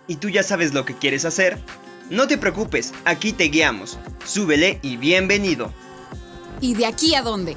y tú ya sabes lo que quieres hacer, no te preocupes, aquí te guiamos. Súbele y bienvenido. ¿Y de aquí a dónde?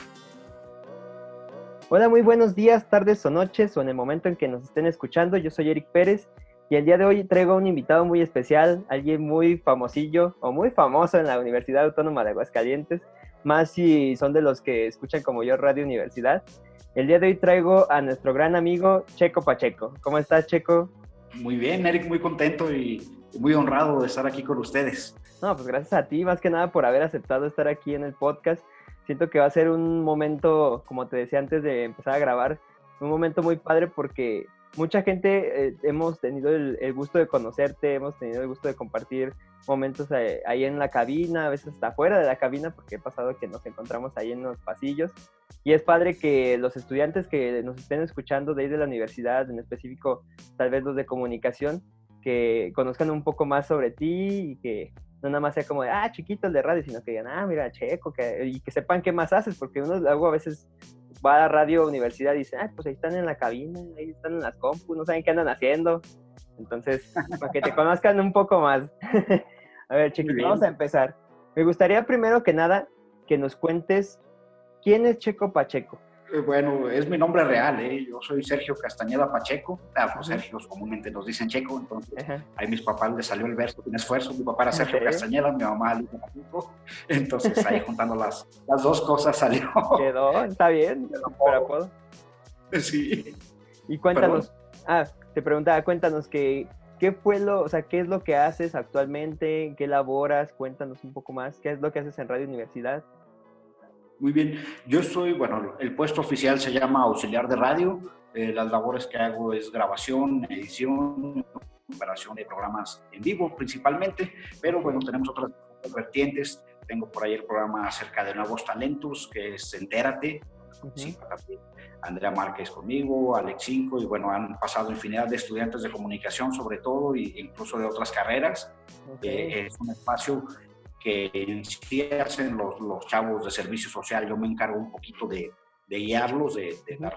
Hola, muy buenos días, tardes o noches, o en el momento en que nos estén escuchando. Yo soy Eric Pérez y el día de hoy traigo a un invitado muy especial, alguien muy famosillo o muy famoso en la Universidad Autónoma de Aguascalientes, más si son de los que escuchan como yo Radio Universidad. El día de hoy traigo a nuestro gran amigo Checo Pacheco. ¿Cómo estás, Checo? Muy bien, Eric, muy contento y muy honrado de estar aquí con ustedes. No, pues gracias a ti, más que nada por haber aceptado estar aquí en el podcast. Siento que va a ser un momento, como te decía antes de empezar a grabar, un momento muy padre porque mucha gente hemos tenido el gusto de conocerte, hemos tenido el gusto de compartir momentos ahí en la cabina, a veces hasta fuera de la cabina, porque he pasado que nos encontramos ahí en los pasillos. Y es padre que los estudiantes que nos estén escuchando de ahí de la universidad, en específico tal vez los de comunicación, que conozcan un poco más sobre ti y que no nada más sea como de, chiquito el de radio, sino que digan, mira, Checo, y que sepan qué más haces, porque uno luego a veces va a la radio universidad y dice, pues ahí están en la cabina, ahí están en las compus, no saben qué andan haciendo. Entonces, para que te conozcan un poco más. A ver, Chequito, vamos a empezar. Me gustaría primero que nada que nos cuentes quién es Checo Pacheco. Bueno, es mi nombre real, yo soy Sergio Castañeda Pacheco, pues Sergio comúnmente nos dicen Checo, entonces ahí mis papás les salió el verso sin esfuerzo, mi papá era Sergio Castañeda, mi mamá Alicia Pacheco, entonces ahí juntando las dos cosas salió. Quedó, está bien, super apodo. Sí. Y cuéntanos, te preguntaba, cuéntanos qué es lo que haces actualmente, qué elaboras, cuéntanos un poco más, qué es lo que haces en Radio Universidad. Muy bien, yo soy, el puesto oficial se llama auxiliar de radio, las labores que hago es grabación, edición, operación de programas en vivo principalmente, pero tenemos otras vertientes, tengo por ahí el programa acerca de nuevos talentos, que es Entérate, también Andrea Márquez conmigo, Alex Cinco, y han pasado infinidad de estudiantes de comunicación sobre todo, e incluso de otras carreras, es un espacio que sí hacen los chavos de servicio social. Yo me encargo un poquito de guiarlos, de dar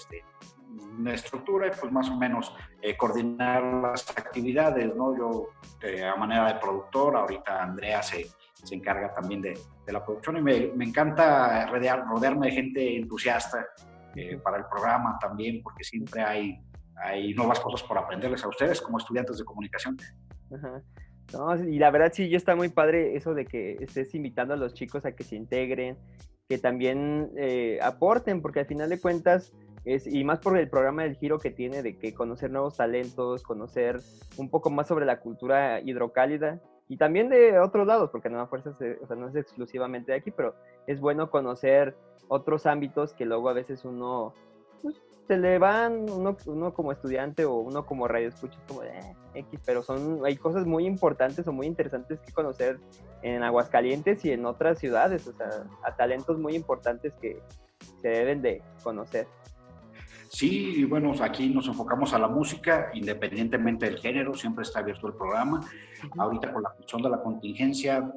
una estructura y pues más o menos coordinar las actividades, ¿no? Yo a manera de productor, ahorita Andrea se encarga también de la producción y me encanta rodearme de gente entusiasta para el programa también, porque siempre hay nuevas cosas por aprenderles a ustedes como estudiantes de comunicación. Ajá. No, y la verdad sí, está muy padre eso de que estés invitando a los chicos a que se integren, que también aporten, porque al final de cuentas, y más por el programa del giro que tiene, de que conocer nuevos talentos, conocer un poco más sobre la cultura hidrocálida, y también de otros lados, porque no a fuerzas, no es exclusivamente de aquí, pero es bueno conocer otros ámbitos que luego a veces uno se le van, uno como estudiante o uno como radioescucha es como de X, pero hay cosas muy importantes o muy interesantes que conocer en Aguascalientes y en otras ciudades, o sea, a talentos muy importantes que se deben de conocer. Sí, y aquí nos enfocamos a la música, independientemente del género, siempre está abierto el programa. Ahorita con la cuestión de la contingencia,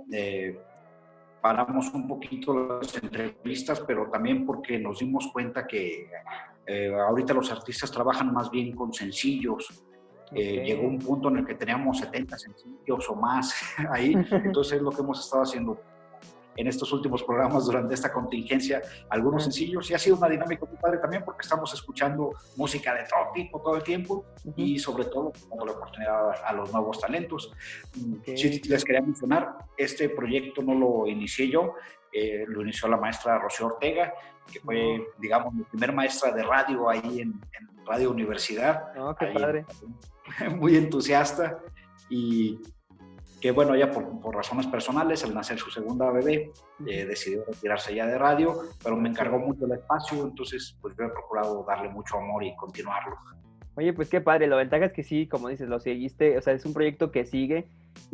paramos un poquito las entrevistas, pero también porque nos dimos cuenta que ahorita los artistas trabajan más bien con sencillos. Llegó un punto en el que teníamos 70 sencillos o más ahí, entonces es lo que hemos estado haciendo en estos últimos programas durante esta contingencia, algunos sencillos, y ha sido una dinámica muy padre también porque estamos escuchando música de todo tipo todo el tiempo y sobre todo dando la oportunidad a los nuevos talentos. Sí, les quería mencionar, este proyecto no lo inicié yo, lo inició la maestra Rocío Ortega, que fue, digamos, mi primer maestra de radio ahí en Radio Universidad. ¡Qué padre! Muy entusiasta y que ella por razones personales, al nacer su segunda bebé, decidió retirarse ya de radio, pero me encargó mucho el espacio, entonces pues yo he procurado darle mucho amor y continuarlo. Oye, pues qué padre, la ventaja es que sí, como dices, lo seguiste, o sea, es un proyecto que sigue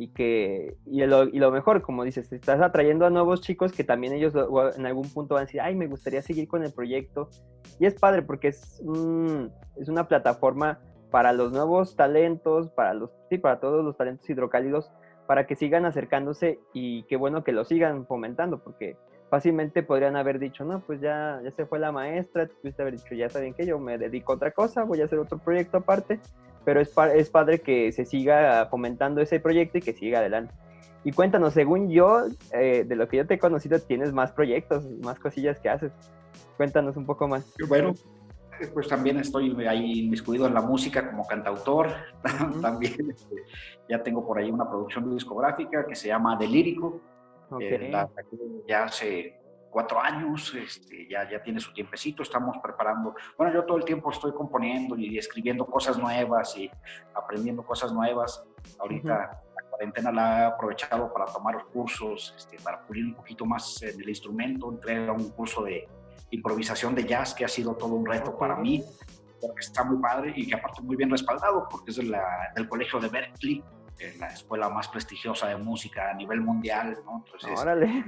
y lo mejor, como dices, estás atrayendo a nuevos chicos que también ellos en algún punto van a decir, me gustaría seguir con el proyecto, y es padre porque es una plataforma para los nuevos talentos, para todos los talentos hidrocálidos, para que sigan acercándose y qué bueno que lo sigan fomentando, porque fácilmente podrían haber dicho, no, pues ya se fue la maestra, pudiste haber dicho, ya saben que yo me dedico a otra cosa, voy a hacer otro proyecto aparte, pero es padre que se siga fomentando ese proyecto y que siga adelante. Y cuéntanos, según yo, de lo que yo te he conocido, tienes más proyectos, más cosillas que haces. Cuéntanos un poco más. Bueno, pues también estoy ahí inmiscuido en la música como cantautor. También ya tengo por ahí una producción discográfica que se llama Delírico. La saqué ya hace 4 años, ya tiene su tiempecito, estamos preparando. Bueno, yo todo el tiempo estoy componiendo y escribiendo cosas nuevas y aprendiendo cosas nuevas. Ahorita la cuarentena la he aprovechado para tomar cursos, para pulir un poquito más en el instrumento. Entré a un curso de improvisación de jazz que ha sido todo un reto para mí, porque está muy padre y que aparte muy bien respaldado, porque es del colegio de Berkeley, la escuela más prestigiosa de música a nivel mundial, ¿no? Entonces, ¡órale!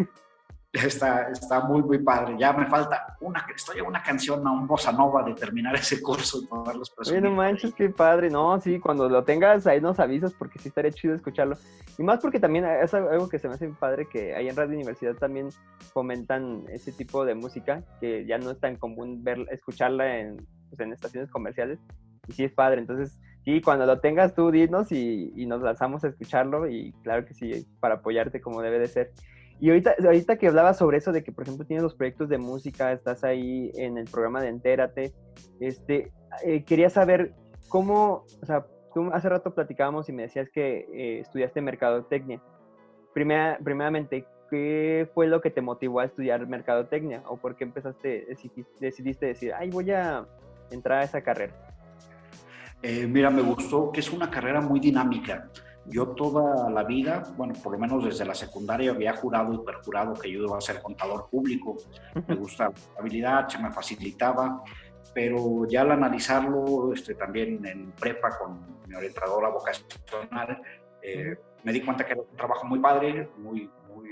Está muy, muy padre. Ya me falta estoy a una canción, a un bossa nova de terminar ese curso y poderlos presumir. Oye, no manches, qué padre. No, sí, cuando lo tengas ahí nos avisas porque sí estaría chido escucharlo. Y más porque también es algo que se me hace padre, que ahí en Radio Universidad también fomentan ese tipo de música, que ya no es tan común escucharla en estaciones comerciales. Y sí es padre, entonces sí, cuando lo tengas tú dinos y nos lanzamos a escucharlo, y claro que sí, para apoyarte como debe de ser. Y ahorita que hablabas sobre eso de que, por ejemplo, tienes los proyectos de música, estás ahí en el programa de Entérate, quería saber cómo, o sea, tú hace rato platicábamos y me decías que estudiaste mercadotecnia. Primeramente, ¿qué fue lo que te motivó a estudiar mercadotecnia? ¿O por qué decidiste decir, ay, voy a entrar a esa carrera? Mira, me gustó que es una carrera muy dinámica. Yo toda la vida, bueno, por lo menos desde la secundaria, había jurado y perjurado que yo iba a ser contador público. Me gusta la habilidad, se me facilitaba, pero ya al analizarlo, también en prepa con mi orientadora vocacional, me di cuenta que era un trabajo muy padre, muy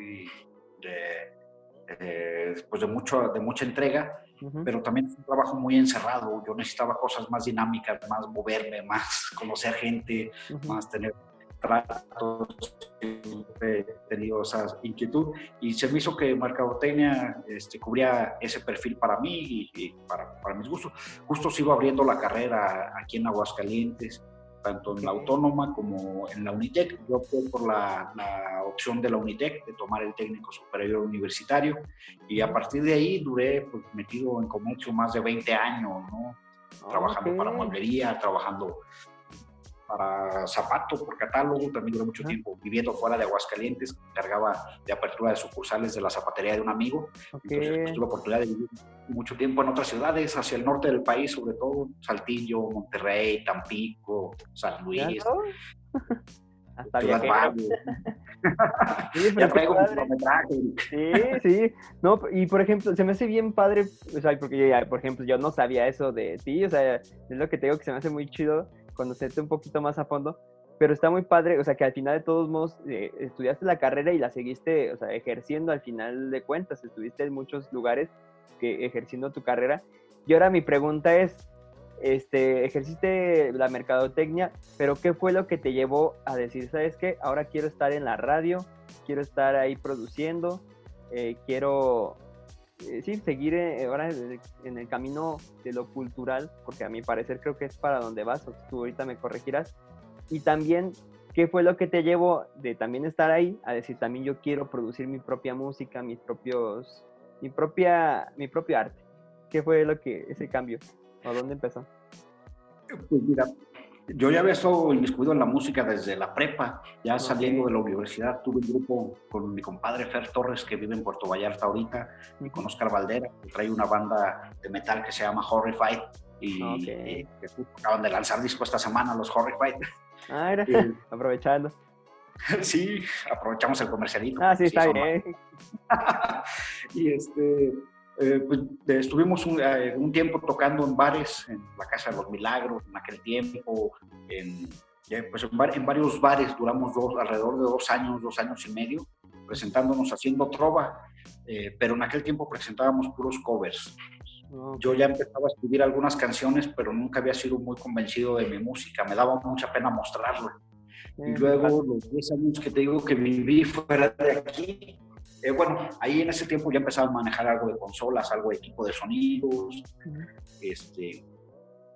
pues de mucha entrega, pero también es un trabajo muy encerrado. Yo necesitaba cosas más dinámicas, más moverme, más conocer gente, más tener tratos, he tenido esa inquietud y se me hizo que mercadotecnia cubría ese perfil para mí y para mis gustos. Justo sigo abriendo la carrera aquí en Aguascalientes, tanto en la Autónoma como en la Unitec. Yo opté por la opción de la Unitec, de tomar el técnico superior universitario, y a partir de ahí duré pues, metido en comercio más de 20 años, ¿no? Trabajando para mueblería, trabajando para zapatos por catálogo, también duré mucho tiempo viviendo fuera de Aguascalientes, encargaba de apertura de sucursales de la zapatería de un amigo. Entonces pues, tuve la oportunidad de vivir mucho tiempo en otras ciudades, hacia el norte del país, sobre todo Saltillo, Monterrey, Tampico, San Luis. Hasta Ciudad Valle. Sí, ya traigo mi kilometraje. Sí. No, y por ejemplo, se me hace bien padre, o sea, porque por ejemplo, yo no sabía eso de ti, o sea, es lo que te digo que se me hace muy chido conocerte un poquito más a fondo, pero está muy padre, o sea, que al final de todos modos estudiaste la carrera y la seguiste, o sea, ejerciendo al final de cuentas, estuviste en muchos lugares ejerciendo tu carrera. Y ahora mi pregunta es, ejerciste la mercadotecnia, pero ¿qué fue lo que te llevó a decir, sabes qué, ahora quiero estar en la radio, quiero estar ahí produciendo, quiero seguir ahora en el camino de lo cultural, porque a mi parecer creo que es para donde vas, o tú ahorita me corregirás? Y también, ¿qué fue lo que te llevó de también estar ahí a decir, también yo quiero producir mi propia música, mi propio arte? ¿Qué fue ese cambio? ¿O dónde empezó? Pues mira, yo ya había estado inmiscuido en la música desde la prepa. Ya saliendo de la universidad tuve un grupo con mi compadre Fer Torres, que vive en Puerto Vallarta ahorita, y con Oscar Valdera, que trae una banda de metal que se llama Horrified, y que acaban de lanzar disco esta semana, los Horrified. Ah, era aprovechando. Sí, aprovechamos el comercialito. Ah, sí, está bien. Y pues estuvimos un tiempo tocando en bares, en la Casa de los Milagros, en aquel tiempo, en varios bares. Duramos alrededor de 2 años y medio, presentándonos, haciendo trova, pero en aquel tiempo presentábamos puros covers. Yo ya empezaba a escribir algunas canciones, pero nunca había sido muy convencido de mi música, me daba mucha pena mostrarlo. Y luego los 10 años que te digo que viví fuera de aquí, bueno, ahí en ese tiempo ya empezaba a manejar algo de consolas, algo de equipo de sonidos,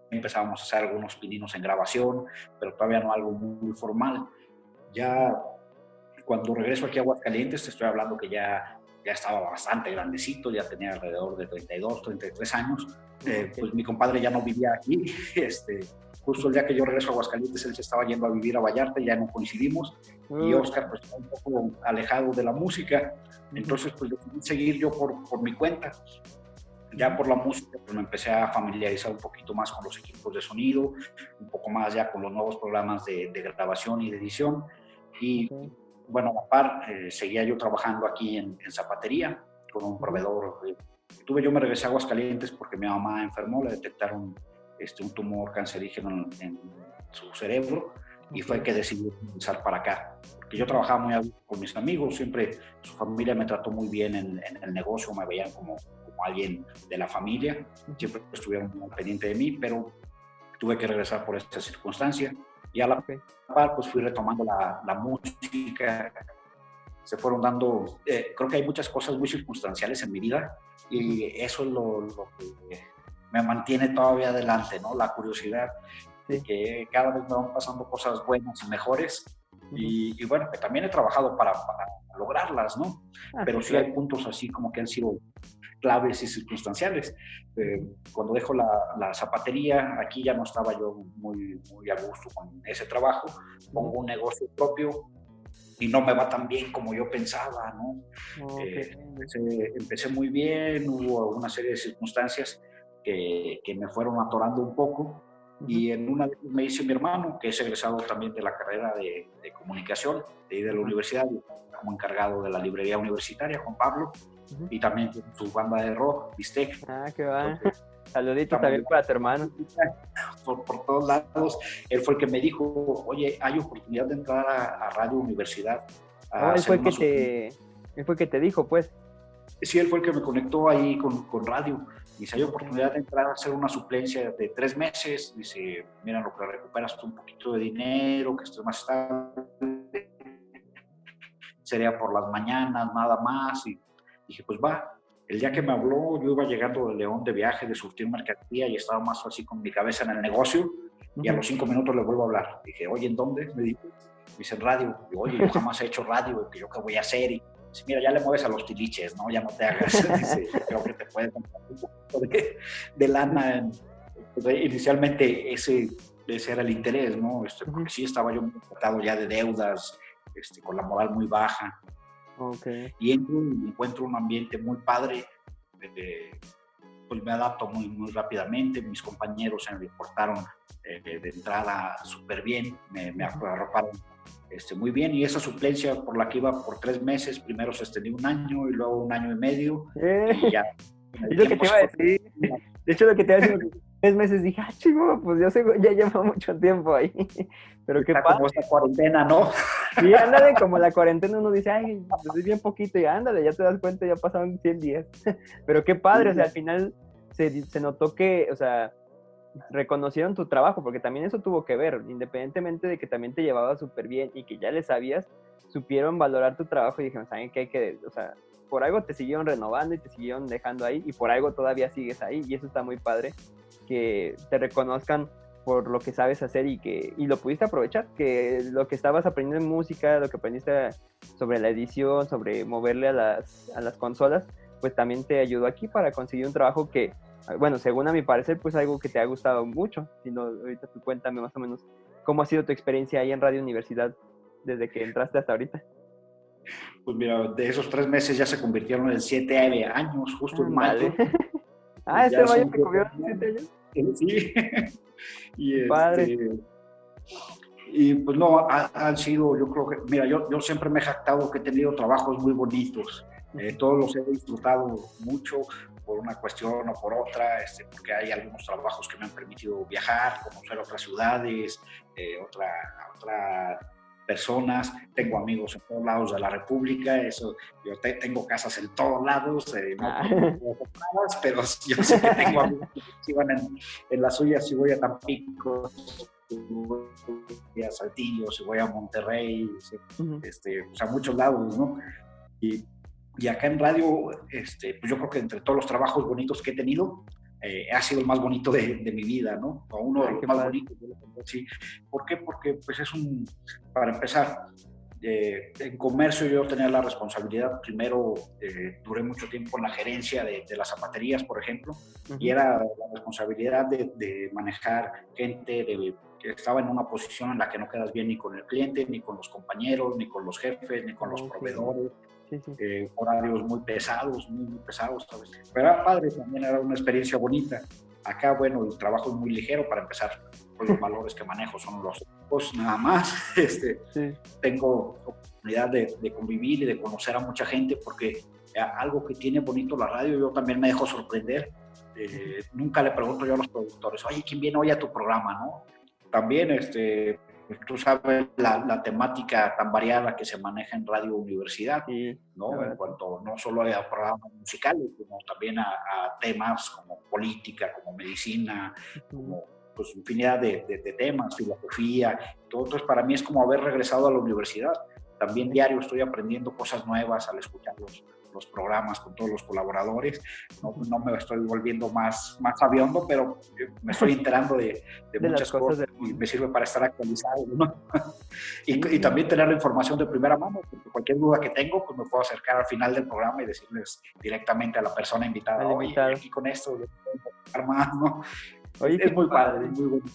empezábamos a hacer algunos pininos en grabación, pero todavía no algo muy formal. Ya cuando regreso aquí a Aguascalientes, te estoy hablando que ya estaba bastante grandecito, ya tenía alrededor de 32, 33 años. Pues mi compadre ya no vivía aquí. Justo el día que yo regreso a Aguascalientes, él se estaba yendo a vivir a Vallarta, ya no coincidimos. Y Oscar pues estaba un poco alejado de la música. Entonces pues decidí seguir yo por mi cuenta. Ya por la música pues me empecé a familiarizar un poquito más con los equipos de sonido, un poco más ya con los nuevos programas de grabación y de edición. Y bueno, a la par, seguía yo trabajando aquí en zapatería con un proveedor. Yo me regresé a Aguascalientes porque mi mamá enfermó, le detectaron un tumor cancerígeno en su cerebro y fue que decidí regresar para acá. Porque yo trabajaba muy a gusto con mis amigos, siempre su familia me trató muy bien en el negocio, me veían como alguien de la familia, siempre estuvieron muy pendientes de mí, pero tuve que regresar por esta circunstancia. Y a la par, pues fui retomando la música, se fueron dando, creo que hay muchas cosas muy circunstanciales en mi vida y eso es lo que me mantiene todavía adelante, ¿no? La curiosidad de que cada vez me van pasando cosas buenas y mejores y bueno, que también he trabajado para lograrlas, ¿no? Pero sí hay puntos así como que han sido claves y circunstanciales. Cuando dejo la zapatería, aquí ya no estaba yo muy a gusto con ese trabajo, pongo un negocio propio y no me va tan bien como yo pensaba, ¿no? Empecé muy bien, hubo una serie de circunstancias que me fueron atorando un poco y en una de ellas me dice mi hermano, que es egresado también de la carrera de comunicación de la universidad, como encargado de la librería universitaria, Juan Pablo, y también su banda de rock, Bistec. Qué va. Saluditos también para tu hermano. Por todos lados. Él fue el que me dijo, oye, hay oportunidad de entrar a Radio Universidad. Él fue el que te dijo, pues. Sí, él fue el que me conectó ahí con radio. Dice, hay oportunidad de entrar a hacer una suplencia de 3 meses. Dice, mira, lo que recuperas un poquito de dinero, que estés más estable. Sería por las mañanas, nada más. Y dije, pues va. El día que me habló, yo iba llegando de León de viaje, de surtir mercancía y estaba más así con mi cabeza en el negocio. Y a los 5 minutos le vuelvo a hablar. Dije, oye, ¿en dónde? Me dice, en radio. Yo, oye, yo jamás he hecho radio, ¿yo qué voy a hacer? Y dice, mira, ya le mueves a los tiliches, ¿no? Ya no te hagas. Dice, creo que te puedes comprar un poquito de lana. Inicialmente ese era el interés, ¿no? Porque sí estaba yo tratado ya de deudas, con la moral muy baja. Y encuentro un ambiente muy padre, pues me adapto muy rápidamente, mis compañeros se me portaron de entrada súper bien, me arroparon muy bien, y esa suplencia por la que iba por 3 meses, primero se extendió 1 año y luego 1 año y medio, y ya. Es lo que te iba a decir. De hecho, lo que te iba a decir, 3 meses dije, chico, pues yo sé, ya lleva mucho tiempo ahí. Pero qué padre. Como esta cuarentena, ¿no? Sí, ándale, como la cuarentena uno dice, ay, pues es bien poquito, y ándale, ya te das cuenta, ya pasaron 100 días. Pero qué padre, o sea, al final se notó que, o sea, reconocieron tu trabajo, porque también eso tuvo que ver, independientemente de que también te llevaba súper bien y que ya le sabías, supieron valorar tu trabajo y dijeron, ¿saben qué? O sea, por algo te siguieron renovando y te siguieron dejando ahí, y por algo todavía sigues ahí, y eso está muy padre, que te reconozcan por lo que sabes hacer y lo pudiste aprovechar, que lo que estabas aprendiendo en música, lo que aprendiste sobre la edición, sobre moverle a las consolas, pues también te ayudó aquí para conseguir un trabajo que, bueno, según a mi parecer, pues algo que te ha gustado mucho. Si no, ahorita tú cuéntame más o menos cómo ha sido tu experiencia ahí en Radio Universidad desde que entraste hasta ahorita. Pues mira, de esos 3 meses ya se convirtieron en 7 años, justo en mayo. ¿Este mayo te cumplió 7 años? Sí. Y padre. Y pues no, han sido, yo creo que, mira, yo siempre me he jactado que he tenido trabajos muy bonitos. Todos los he disfrutado mucho por una cuestión o por otra, porque hay algunos trabajos que me han permitido viajar, conocer otras ciudades, otras personas. Tengo amigos en todos lados de la República, yo tengo casas en todos lados, pero yo sé que tengo amigos que van en las suyas. Si voy a Tampico, si voy a Saltillo, si voy a Monterrey, pues a muchos lados, ¿no? Y acá en radio, pues yo creo que entre todos los trabajos bonitos que he tenido, ha sido el más bonito de mi vida, ¿no? O uno de los más bonitos. Sí. ¿Por qué? Porque pues para empezar, en comercio yo tenía la responsabilidad, primero duré mucho tiempo en la gerencia de las zapaterías, por ejemplo, y era la responsabilidad de manejar gente que estaba en una posición en la que no quedas bien ni con el cliente, ni con los compañeros, ni con los jefes, ni con los proveedores. Horarios muy pesados, muy pesados, ¿sabes? Pero era padre, también era una experiencia bonita. Acá, bueno, el trabajo es muy ligero para empezar, pues los valores que manejo son los nada más. Tengo oportunidad de convivir y de conocer a mucha gente, porque algo que tiene bonito la radio, yo también me dejo sorprender. Nunca le pregunto yo a los productores, oye, ¿quién viene hoy a tu programa, no? También, tú sabes la temática tan variada que se maneja en Radio Universidad, ¿no? En cuanto no solo a programas musicales, sino también a temas como política, como medicina, como pues infinidad de temas, filosofía, todo. Entonces para mí es como haber regresado a la universidad. También diario estoy aprendiendo cosas nuevas al escuchar los programas con todos los colaboradores. No me estoy volviendo más sabiondo, pero me estoy enterando de muchas cosas y me sirve para estar actualizado, ¿no? y también tener la información de primera mano, porque cualquier duda que tengo, pues me puedo acercar al final del programa y decirles directamente a la persona invitada, oye, aquí con esto, yo puedo enfocar más, ¿no? Oye, es muy padre, es muy bonito.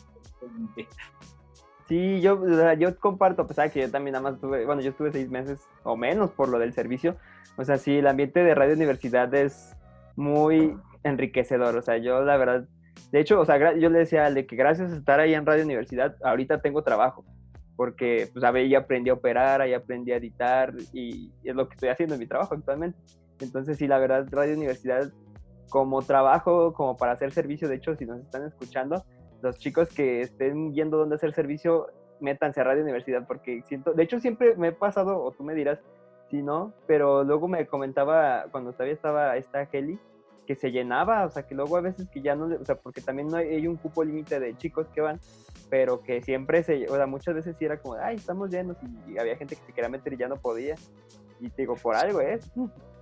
Sí, yo comparto, a pesar de que yo también nada más yo estuve 6 meses o menos por lo del servicio. O sea, sí, el ambiente de Radio Universidad es muy enriquecedor. O sea, yo la verdad, de hecho, o sea, yo le decía a Ale que gracias a estar ahí en Radio Universidad, ahorita tengo trabajo. Porque, pues, ahí aprendí a operar, ahí aprendí a editar y es lo que estoy haciendo en mi trabajo actualmente. Entonces, sí, la verdad, Radio Universidad como trabajo, como para hacer servicio, de hecho, si nos están escuchando, los chicos que estén yendo donde hacer servicio, métanse a Radio Universidad, porque de hecho siempre me he pasado, o tú me dirás si no, pero luego me comentaba cuando todavía estaba esta Heli, que se llenaba, o sea, que luego a veces que ya no, o sea, porque también no hay un cupo límite de chicos que van, pero que siempre o sea, muchas veces sí era como, ay, estamos llenos, y había gente que se quería meter y ya no podía, y te digo, por algo es.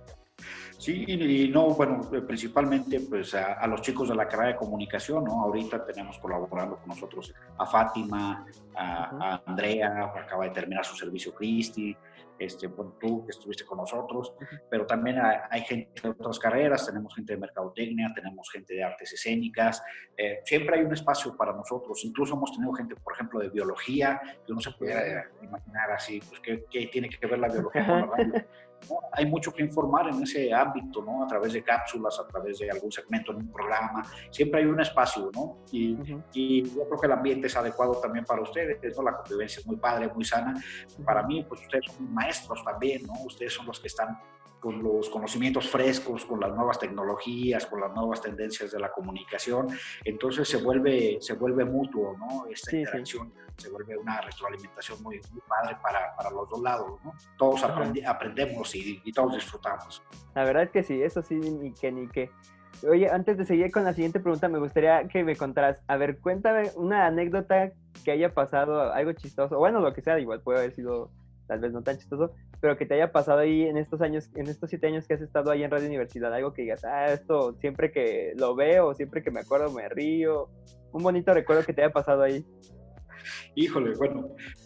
Sí, y no, bueno, principalmente pues a los chicos de la carrera de comunicación, ¿no? Ahorita tenemos colaborando con nosotros a Fátima, a Andrea, acaba de terminar su servicio Cristi, bueno, tú que estuviste con nosotros, pero también hay gente de otras carreras, tenemos gente de mercadotecnia, tenemos gente de artes escénicas, siempre hay un espacio para nosotros, incluso hemos tenido gente, por ejemplo, de biología, que uno se pudiera imaginar así, pues, ¿qué tiene que ver la biología con la radio? ¿No? Hay mucho que informar en ese ámbito, ¿no? A través de cápsulas, a través de algún segmento en un programa, siempre hay un espacio, ¿no? Y yo creo que el ambiente es adecuado también para ustedes, ¿no? La convivencia es muy padre, muy sana. Para mí, pues ustedes son maestros también, ¿no? Ustedes son los que están con los conocimientos frescos, con las nuevas tecnologías, con las nuevas tendencias de la comunicación. Entonces se vuelve mutuo, ¿no? Esta interacción se vuelve una retroalimentación muy, muy padre para los dos lados, ¿no? Todos aprendemos y todos disfrutamos. La verdad es que sí, eso sí, ni qué. Oye, antes de seguir con la siguiente pregunta, me gustaría que me contaras, a ver, cuéntame una anécdota que haya pasado, algo chistoso, bueno, lo que sea, igual puede haber sido tal vez no tan chistoso, pero que te haya pasado ahí en estos 7 años que has estado ahí en Radio Universidad, algo que digas, esto siempre que lo veo, siempre que me acuerdo me río, un bonito recuerdo que te haya pasado ahí. Híjole, bueno,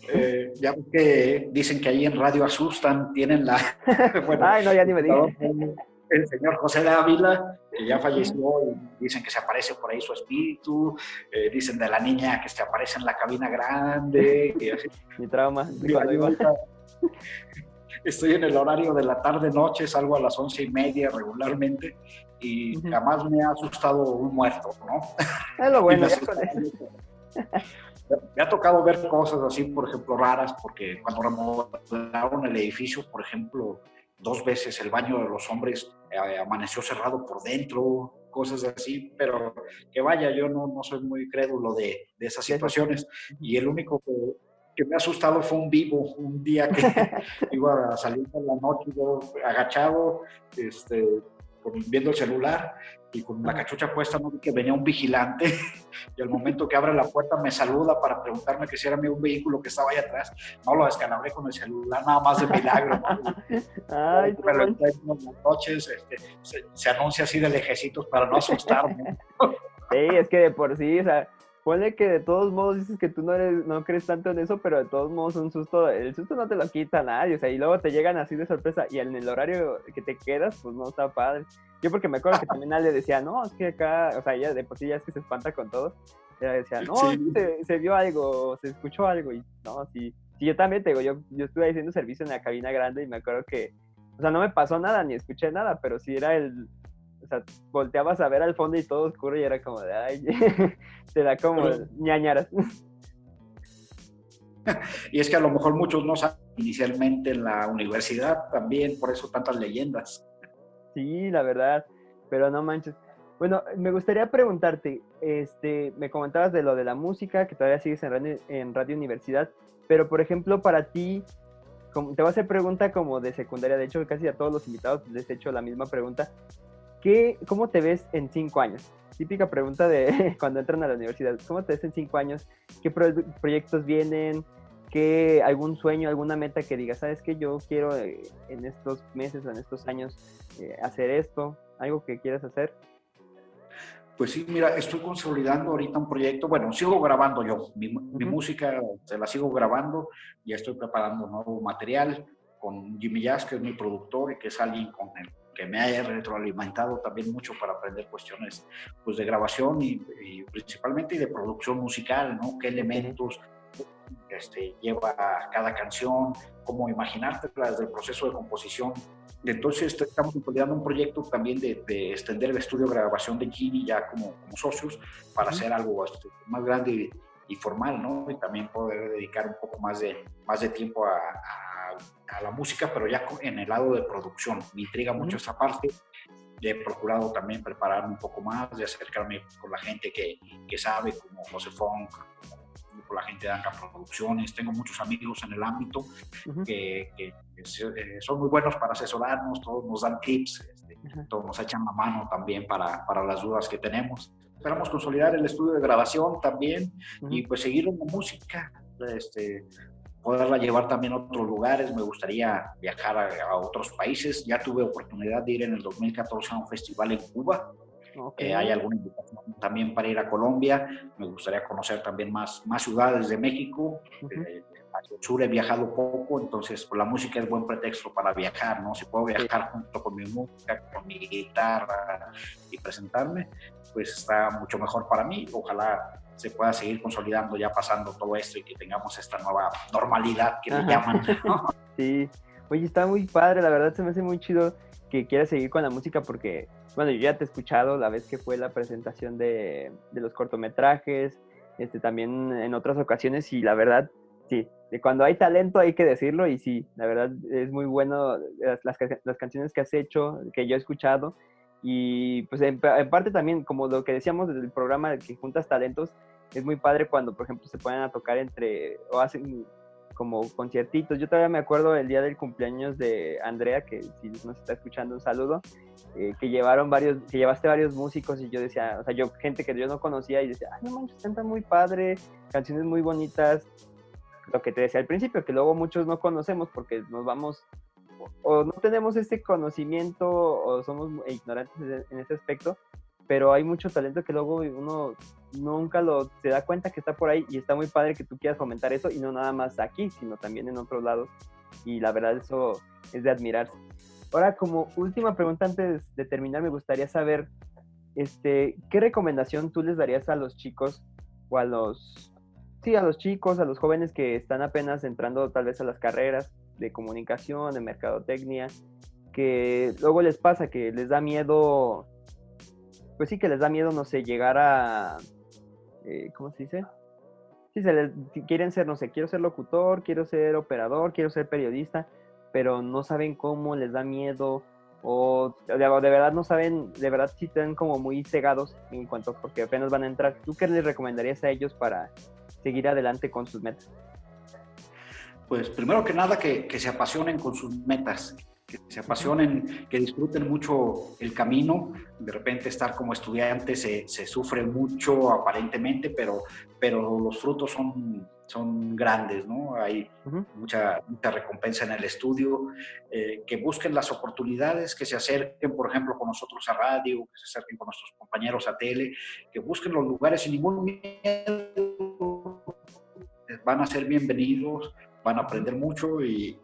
ya que dicen que ahí en radio asustan, tienen la... Bueno, ay, no, ya ni me dije. El señor José de Ávila, que ya falleció, y dicen que se aparece por ahí su espíritu, dicen de la niña que se aparece en la cabina grande. Que así, mi trauma. Estoy en el horario de la tarde-noche, salgo a las 11:30 regularmente, y jamás me ha asustado un muerto, ¿no? Es lo bueno, me ha tocado ver cosas así, por ejemplo, raras, porque cuando remodelaron el edificio, por ejemplo, 2 veces el baño de los hombres amaneció cerrado por dentro, cosas así, pero que vaya, yo no soy muy crédulo de esas situaciones, y el único que me ha asustado fue un vivo, un día que iba a salir por la noche, yo agachado, viendo el celular y con la cachucha puesta, no vi que venía un vigilante y al momento que abre la puerta me saluda para preguntarme que si era un vehículo que estaba ahí atrás. No, lo descalabré con el celular, nada más de milagro, ¿no? Ay, Pero en las noches se anuncia así de lejecitos para no asustarme. Sí, es que de por sí, o sea, ponle que de todos modos dices que tú no crees tanto en eso, pero de todos modos el susto no te lo quita nadie, o sea, y luego te llegan así de sorpresa y en el horario que te quedas, pues no está padre. Yo porque me acuerdo que también Ale decía, no, es que acá, o sea, ella de por sí ya es que se espanta con todo, ella decía, no, Sí. se vio algo, se escuchó algo, y no, sí, yo también te digo, yo estuve haciendo servicio en la cabina grande y me acuerdo que, o sea, no me pasó nada, ni escuché nada, pero sí era o sea, volteabas a ver al fondo y todo oscuro y era como de, ay, te da como ñañaras. Y es que a lo mejor muchos no saben inicialmente en la universidad también, por eso tantas leyendas. Sí, la verdad, pero no manches. Bueno, me gustaría preguntarte, me comentabas de lo de la música, que todavía sigues en Radio Universidad, pero por ejemplo, para ti, te voy a hacer pregunta como de secundaria, de hecho casi a todos los invitados les he hecho la misma pregunta. ¿Cómo te ves en 5 años? Típica pregunta de cuando entran a la universidad. ¿Cómo te ves en 5 años? ¿Qué proyectos vienen? ¿Algún sueño, alguna meta que digas, sabes que yo quiero en estos meses o en estos años hacer esto? ¿Algo que quieras hacer? Pues sí, mira, estoy consolidando ahorita un proyecto. Bueno, sigo grabando yo. Mi música se la sigo grabando. Ya estoy preparando nuevo material con Jimmy Jazz, que es mi productor y que es alguien con el que me haya retroalimentado también mucho para aprender cuestiones pues, de grabación y principalmente de producción musical, ¿no? ¿Qué elementos lleva cada canción? ¿Cómo imaginártela desde el proceso de composición? Entonces estamos implementando un proyecto también de extender el estudio de grabación de Jimmy ya como socios para hacer algo más grande y formal, ¿no? Y también poder dedicar un poco más de tiempo a la música, pero ya en el lado de producción. Me intriga mucho esa parte. He procurado también prepararme un poco más, de acercarme con la gente que sabe, como José Funk, con la gente de Anca Producciones. Tengo muchos amigos en el ámbito que son muy buenos para asesorarnos, todos nos dan tips, todos nos echan la mano también para las dudas que tenemos. Esperamos consolidar el estudio de grabación también y pues seguir en la música, poderla llevar también a otros lugares. Me gustaría viajar a otros países. Ya tuve oportunidad de ir en el 2014 a un festival en Cuba. Okay. Hay alguna invitación también para ir a Colombia. Me gustaría conocer también más ciudades de México. Hacia el sur he viajado poco, entonces pues, la música es buen pretexto para viajar, ¿no? Si puedo viajar junto con mi música, con mi guitarra y presentarme, pues está mucho mejor para mí. Ojalá se pueda seguir consolidando ya pasando todo esto y que tengamos esta nueva normalidad que le llaman, ¿no? Sí. Oye, está muy padre, la verdad se me hace muy chido que quieras seguir con la música porque, bueno, yo ya te he escuchado la vez que fue la presentación de los cortometrajes, también en otras ocasiones y la verdad, sí, de cuando hay talento hay que decirlo y sí, la verdad es muy bueno las canciones que has hecho, que yo he escuchado y pues en parte también, como lo que decíamos desde el programa que juntas talentos, es muy padre cuando, por ejemplo, se ponen a tocar o hacen como conciertitos. Yo todavía me acuerdo el día del cumpleaños de Andrea, que si nos está escuchando, un saludo, que llevaste varios músicos y yo decía, o sea, gente que yo no conocía y decía, ay, no manches, cantan muy padre, canciones muy bonitas. Lo que te decía al principio, que luego muchos no conocemos porque nos vamos o no tenemos ese conocimiento o somos ignorantes en ese aspecto, pero hay mucho talento que luego uno nunca se da cuenta que está por ahí y está muy padre que tú quieras fomentar eso y no nada más aquí, sino también en otros lados y la verdad eso es de admirarse. Ahora, como última pregunta antes de terminar, me gustaría saber ¿qué recomendación tú les darías a los chicos o a los chicos, a los jóvenes que están apenas entrando tal vez a las carreras de comunicación, de mercadotecnia, que luego les pasa que les da miedo, pues sí que les da miedo, no sé, llegar a, ¿cómo se dice? Sí, quieren ser, no sé, quiero ser locutor, quiero ser operador, quiero ser periodista, pero no saben cómo, les da miedo, o de verdad no saben, de verdad sí están como muy cegados en cuanto, porque apenas van a entrar. ¿Tú qué les recomendarías a ellos para seguir adelante con sus metas? Pues primero que nada que se apasionen con sus metas, se apasionen, que disfruten mucho el camino. De repente estar como estudiante se sufre mucho aparentemente, pero los frutos son grandes, ¿no? Hay mucha recompensa en el estudio, que busquen las oportunidades, que se acerquen, por ejemplo, con nosotros a radio, que se acerquen con nuestros compañeros a tele, que busquen los lugares sin ningún miedo, van a ser bienvenidos, van a aprender mucho y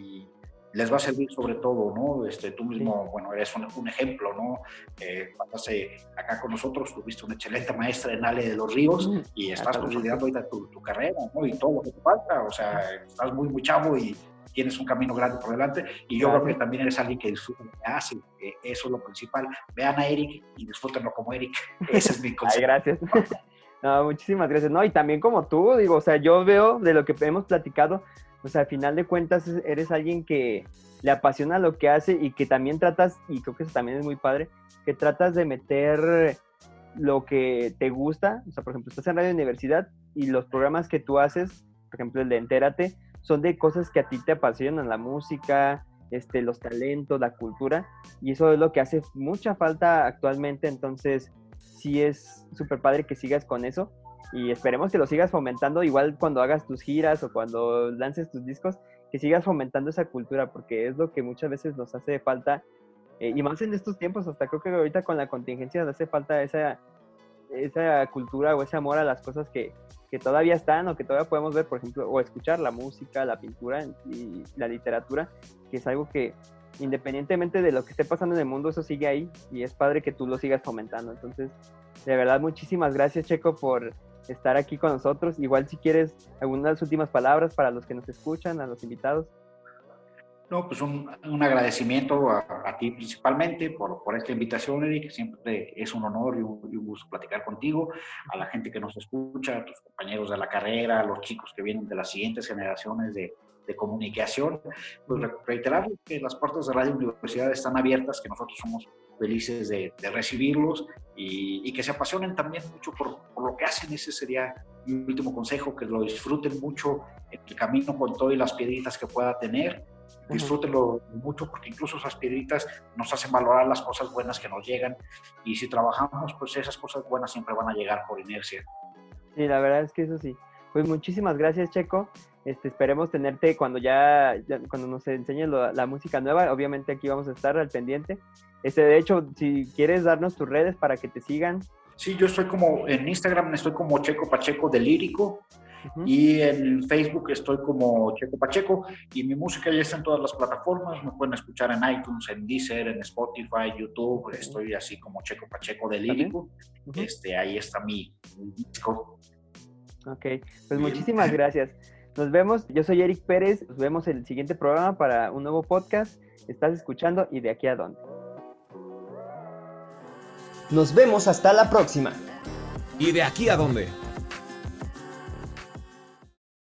les va a servir sobre todo, ¿no? Tú mismo, bueno, eres un ejemplo, ¿no? Pasaste acá con nosotros, tuviste una excelente maestra en Ale de los Ríos y estás consolidando ahorita tu carrera, ¿no? Y todo lo que te falta, o sea, estás muy, muy chavo y tienes un camino grande por delante y yo creo que también eres alguien que disfruta lo que hace, eso es lo principal. Vean a Eric y disfrútenlo como Eric, ese es mi consejo. Ay, gracias. No, muchísimas gracias. No, y también como tú, digo, o sea, yo veo de lo que hemos platicado, o sea, al final de cuentas eres alguien que le apasiona lo que hace y que también tratas, y creo que eso también es muy padre, que tratas de meter lo que te gusta. O sea, por ejemplo, estás en Radio Universidad y los programas que tú haces, por ejemplo, el de Entérate, son de cosas que a ti te apasionan, la música, los talentos, la cultura, y eso es lo que hace mucha falta actualmente. Entonces, sí es súper padre que sigas con eso. Y esperemos que lo sigas fomentando igual cuando hagas tus giras o cuando lances tus discos, que sigas fomentando esa cultura, porque es lo que muchas veces nos hace falta, y más en estos tiempos, hasta creo que ahorita con la contingencia nos hace falta esa cultura o ese amor a las cosas que todavía están o que todavía podemos ver, por ejemplo, o escuchar la música, la pintura y la literatura, que es algo que independientemente de lo que esté pasando en el mundo, eso sigue ahí y es padre que tú lo sigas fomentando. Entonces, de verdad, muchísimas gracias, Checo, por estar aquí con nosotros. Igual si quieres algunas últimas palabras para los que nos escuchan, a los invitados. No, pues un agradecimiento a ti principalmente por esta invitación, Eric. Siempre es un honor y un gusto platicar contigo. A la gente que nos escucha, a tus compañeros de la carrera, a los chicos que vienen de las siguientes generaciones de comunicación, pues reiterarles que las puertas de Radio Universidad están abiertas, que nosotros somos felices de recibirlos y que se apasionen también mucho por lo que hacen. Ese sería mi último consejo, que lo disfruten mucho el camino con todo y las piedritas que pueda tener. Disfrútenlo mucho, porque incluso esas piedritas nos hacen valorar las cosas buenas que nos llegan, y si trabajamos, pues esas cosas buenas siempre van a llegar por inercia. Sí, la verdad es que eso sí. Pues muchísimas gracias, Checo. Esperemos tenerte cuando cuando nos enseñes la música nueva. Obviamente aquí vamos a estar al pendiente. De hecho, si quieres darnos tus redes para que te sigan. Sí, yo estoy como en Instagram, estoy como Checo Pacheco de Lírico. Y en Facebook estoy como Checo Pacheco, y mi música ya está en todas las plataformas. Me pueden escuchar en iTunes, en Deezer, en Spotify, YouTube. Estoy así como Checo Pacheco de Lírico. Ahí está mi disco. Ok, pues muchísimas gracias. Nos vemos. Yo soy Eric Pérez. Nos vemos en el siguiente programa para un nuevo podcast. Estás escuchando ¿Y de aquí a dónde? Nos vemos hasta la próxima. ¿Y de aquí a dónde?